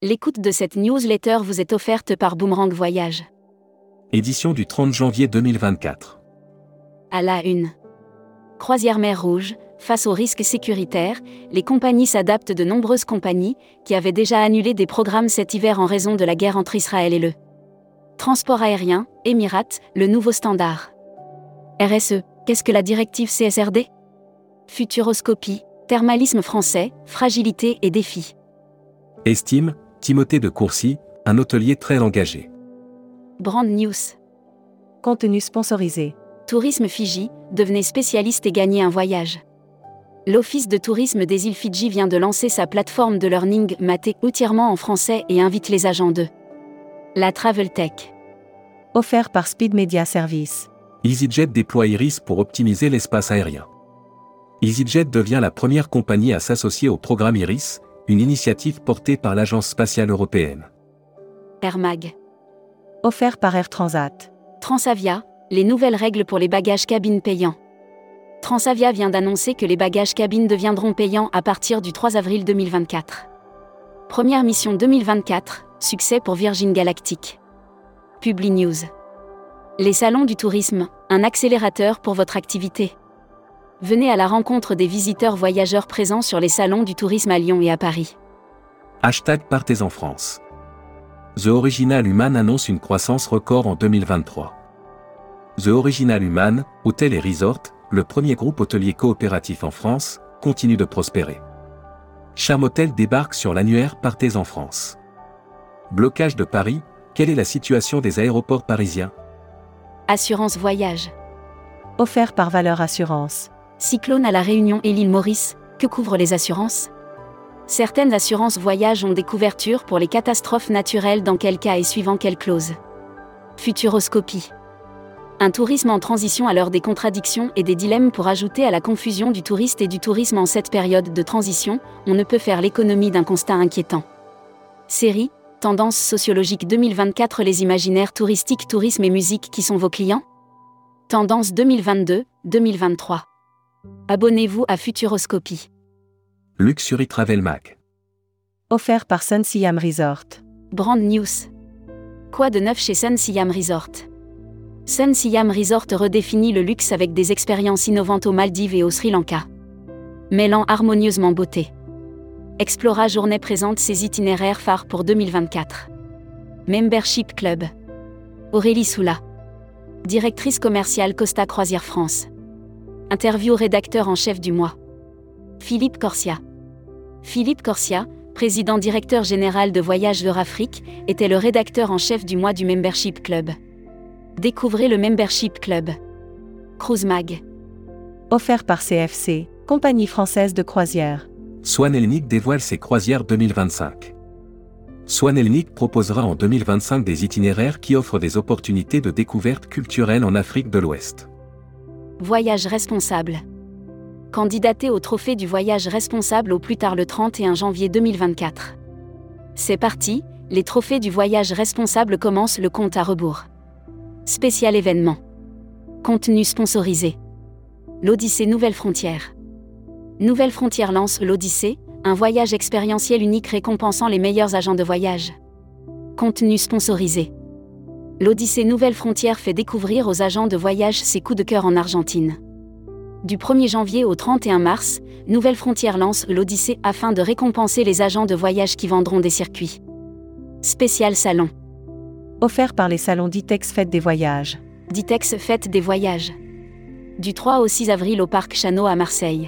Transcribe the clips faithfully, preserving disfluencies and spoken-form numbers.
L'écoute de cette newsletter vous est offerte par Boomerang Voyage. Édition du trente janvier deux mille vingt-quatre. À la une. Croisière mer Rouge, face aux risques sécuritaires, les compagnies s'adaptent. De nombreuses compagnies, qui avaient déjà annulé des programmes cet hiver en raison de la guerre entre Israël et le transport aérien, Emirates, le nouveau standard. R S E, qu'est-ce que la directive C S R D ? Futuroscopie, thermalisme français, fragilité et défis. Estime, Timothée de Courcy, un hôtelier très engagé. Brand News. Contenu sponsorisé. Tourisme Fidji, devenez spécialiste et gagnez un voyage. L'Office de tourisme des îles Fidji vient de lancer sa plateforme de learning maté entièrement en français et invite les agents de la Travel Tech. Offert par Speed Media Service. EasyJet déploie Iris pour optimiser l'espace aérien. EasyJet devient la première compagnie à s'associer au programme Iris, une initiative portée par l'Agence spatiale européenne. Air Mag. Offert par Air Transat. Transavia, les nouvelles règles pour les bagages cabines payants. Transavia vient d'annoncer que les bagages cabines deviendront payants à partir du trois avril deux mille vingt-quatre. Première mission deux mille vingt-quatre, succès pour Virgin Galactic. Publi News. Les salons du tourisme, un accélérateur pour votre activité. Venez à la rencontre des visiteurs voyageurs présents sur les salons du tourisme à Lyon et à Paris. Hashtag Partez en France. The Original Human annonce une croissance record en deux mille vingt-trois. The Original Human, Hôtel et Resort, le premier groupe hôtelier coopératif en France, continue de prospérer. Charme Hôtel débarque sur l'annuaire Partez en France. Blocage de Paris, quelle est la situation des aéroports parisiens ? Assurance voyage. Offert par Valeur Assurance. Cyclone à la Réunion et l'île Maurice, que couvrent les assurances ? Certaines assurances voyage ont des couvertures pour les catastrophes naturelles. Dans quel cas et suivant quelle clause ? Futuroscopie. Un tourisme en transition à l'heure des contradictions et des dilemmes. Pour ajouter à la confusion du touriste et du tourisme en cette période de transition, on ne peut faire l'économie d'un constat inquiétant. Série, Tendance sociologique deux mille vingt-quatre. Les imaginaires touristiques, tourisme et musique qui sont vos clients ? Tendance deux mille vingt-deux deux mille vingt-trois. Abonnez-vous à Futuroscopie. Luxury Travel Mag. Offert par Sun Siam Resort. Brand News. Quoi de neuf chez Sun Siam Resort ? Sun Siam Resort redéfinit le luxe avec des expériences innovantes aux Maldives et au Sri Lanka. Mêlant harmonieusement beauté. Explora Journée présente ses itinéraires phares pour deux mille vingt-quatre. Membership Club. Aurélie Soula. Directrice commerciale Costa Croisière France. Interview rédacteur en chef du mois. Philippe Corsia. Philippe Corsia, président directeur général de Voyages Eurafrique, était le rédacteur en chef du mois du Membership Club. Découvrez le Membership Club. Cruise Mag. Offert par C F C, compagnie française de croisière. Swan Hellenic dévoile ses croisières deux mille vingt-cinq. Swan Hellenic proposera en deux mille vingt-cinq des itinéraires qui offrent des opportunités de découverte culturelle en Afrique de l'Ouest. Voyage responsable. Candidaté au trophée du voyage responsable au plus tard le trente et un janvier deux mille vingt-quatre. C'est parti, les trophées du voyage responsable commencent. Le compte à rebours. Spécial événement. Contenu sponsorisé. L'Odyssée Nouvelle Frontière. Nouvelle Frontière lance l'Odyssée, un voyage expérientiel unique récompensant les meilleurs agents de voyage. Contenu sponsorisé. L'Odyssée Nouvelle Frontière fait découvrir aux agents de voyage ses coups de cœur en Argentine. Du premier janvier au trente et un mars, Nouvelle Frontière lance l'Odyssée afin de récompenser les agents de voyage qui vendront des circuits. Spécial salon. Offert par les salons Ditex Fête des Voyages. Ditex Fête des Voyages. Du trois au six avril au Parc Chano à Marseille.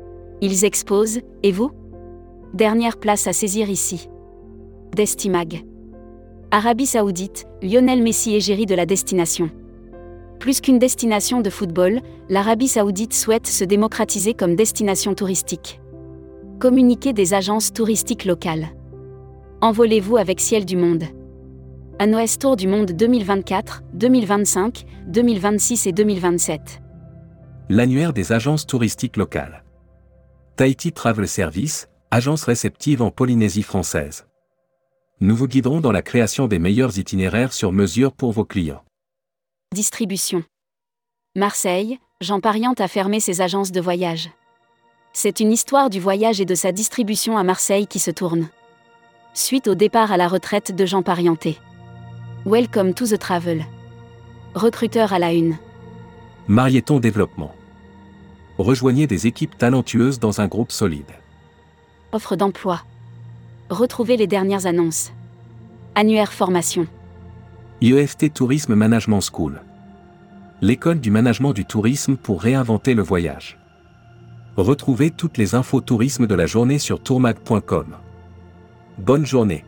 Ils exposent, et vous ? Dernière place à saisir ici. Destimag. Arabie Saoudite, Lionel Messi égérie de la destination. Plus qu'une destination de football, l'Arabie Saoudite souhaite se démocratiser comme destination touristique. Communiqué des agences touristiques locales. Envolez-vous avec Ciel du Monde. A N O S Tour du Monde deux mille vingt-quatre, deux mille vingt-cinq, deux mille vingt-six et deux mille vingt-sept. L'annuaire des agences touristiques locales. Tahiti Travel Service, agence réceptive en Polynésie française. Nous vous guiderons dans la création des meilleurs itinéraires sur mesure pour vos clients. Distribution. Marseille, Jean Pariante a fermé ses agences de voyage. C'est une histoire du voyage et de sa distribution à Marseille qui se tourne. Suite au départ à la retraite de Jean Parienté. Welcome to the travel. Recruteur à la une. Marieton Développement. Rejoignez des équipes talentueuses dans un groupe solide. Offre d'emploi. Retrouvez les dernières annonces. Annuaire formation. I E F T Tourisme Management School. L'école du management du tourisme pour réinventer le voyage. Retrouvez toutes les infos tourisme de la journée sur tourmag point com. Bonne journée.